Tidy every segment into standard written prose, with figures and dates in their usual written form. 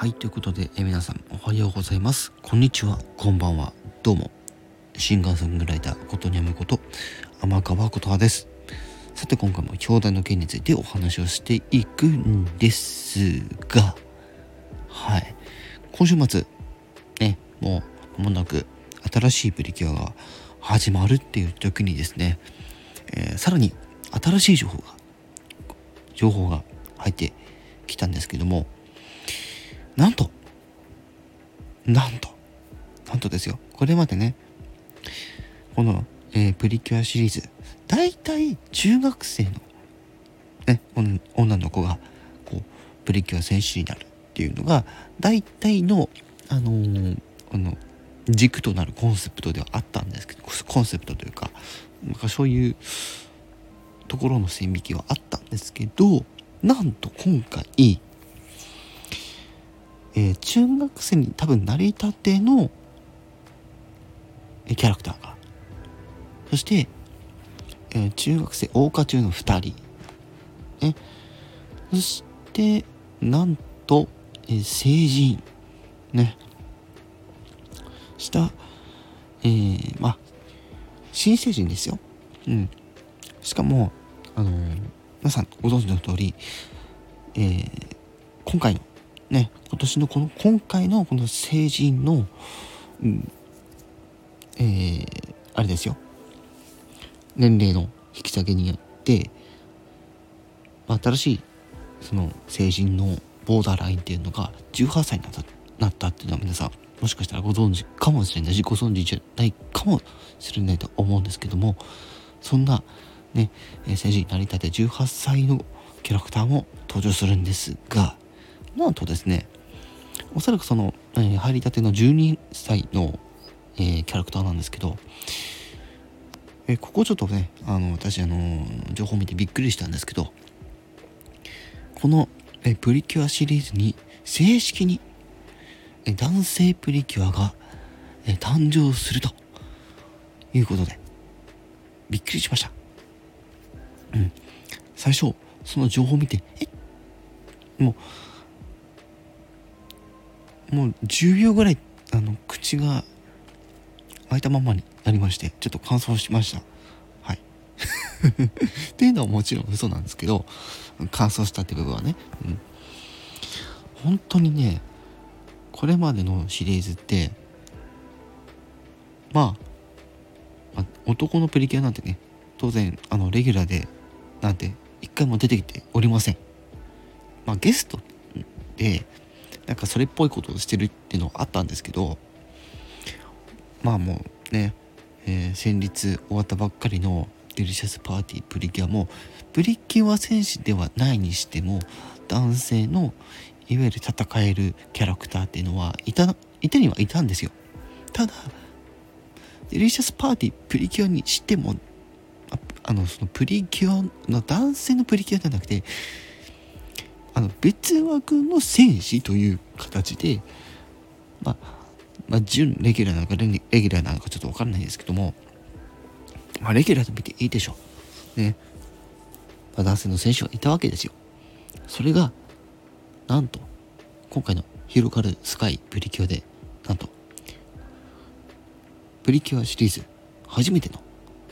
はい、ということで、皆さんおはようございます。こんにちは、こんばんは、どうも。シンガーソングライターことにゃむこと天川琴葉です。さて、今回も兄弟の件についてお話をしていくんですが、はい、今週末ね、もう間もなく新しいプリキュアが始まるっていう時にですね、さらに新しい情報が入ってきたんですけども、なんとですよ、これまでね、この、プリキュアシリーズ、だいたい中学生の、ね、女の子がこうプリキュア選手になるっていうのがだいたいの軸となるコンセプトではあったんですけど、コンセプトというか、なんかそういうところの線引きはあったんですけど、なんと今回、中学生に多分なりたてのキャラクターが、そして、中学生桜花中の2人、ね、そしてなんと、成人ねした、新成人ですよ。しかも皆さんご存知の通り、今回のね、今回のこの成人の、あれですよ、年齢の引き下げによって、新しいその成人のボーダーラインっていうのが18歳になったっていうのは、皆さんもしかしたらご存知かもしれないし、ご存知じゃないかもしれないと思うんですけども、そんなね、成人になりたて18歳のキャラクターも登場するんですが、なんとですね、おそらくその、入りたての12歳の、キャラクターなんですけど、ここちょっとね、私情報を見てびっくりしたんですけど、この、プリキュアシリーズに正式に、男性プリキュアが、誕生するということでびっくりしました。最初その情報を見て、もう10秒ぐらい口が開いたままになりまして、ちょっと乾燥しました。はいっていうのはもちろん嘘なんですけど、乾燥したって部分はね、本当にね、これまでのシリーズって、男のプリキュアなんてね、当然レギュラーでなんて一回も出てきておりません。ゲストでなんかそれっぽいことをしてるっていうのはあったんですけど、もうね、先日終わったばっかりのデリシャスパーティープリキュアも、プリキュア戦士ではないにしても男性のいわゆる戦えるキャラクターっていうのはいたにはいたんですよ。ただデリシャスパーティープリキュアにしても、そのプリキュアの男性のプリキュアじゃなくて、別枠の戦士という形で、準レギュラーなのかレギュラーなのかちょっと分からないですけども、レギュラーと見ていいでしょうね。男性の選手はいたわけですよ。それがなんと今回の広がるスカイプリキュアで、なんとプリキュアシリーズ初めての、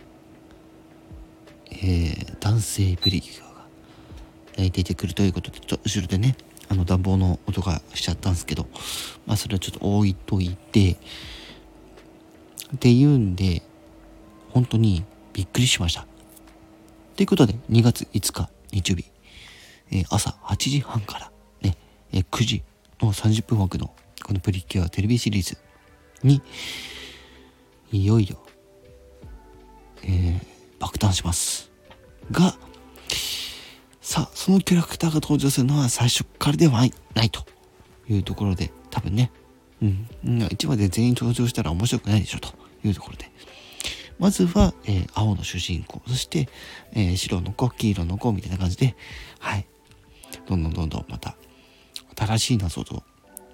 男性プリキュアが出てくるということで、ちょっと後ろでね、暖房の音がしちゃったんですけど、それはちょっと置いといてっていうんで、本当にびっくりしました。ということで、2月5日日曜日、朝8時半からね、9時の30分枠のこのプリキュアテレビシリーズにいよいよ、爆誕しますが、さあそのキャラクターが登場するのは最初からではないというところで、多分ね、1話で全員登場したら面白くないでしょというところで、まずは、青の主人公、そして、白の子、黄色の子みたいな感じで、はい、どんどんまた新しい謎と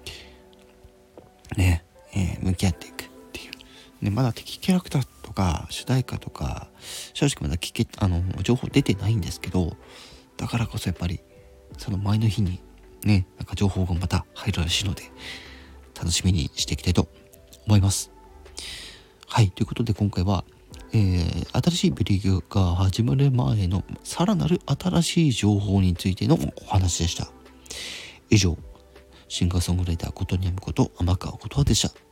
ね、向き合っていくっていうね。まだ敵キャラクターとか主題歌とか正直まだ情報出てないんですけど、だからこそやっぱりその前の日にね、なんか情報がまた入るらしいので、楽しみにしていきたいと思います。はい、ということで今回は、新しいベリーグが始まる前のさらなる新しい情報についてのお話でした。以上、シンガーソングライターことにゃむこと天川ことはでした。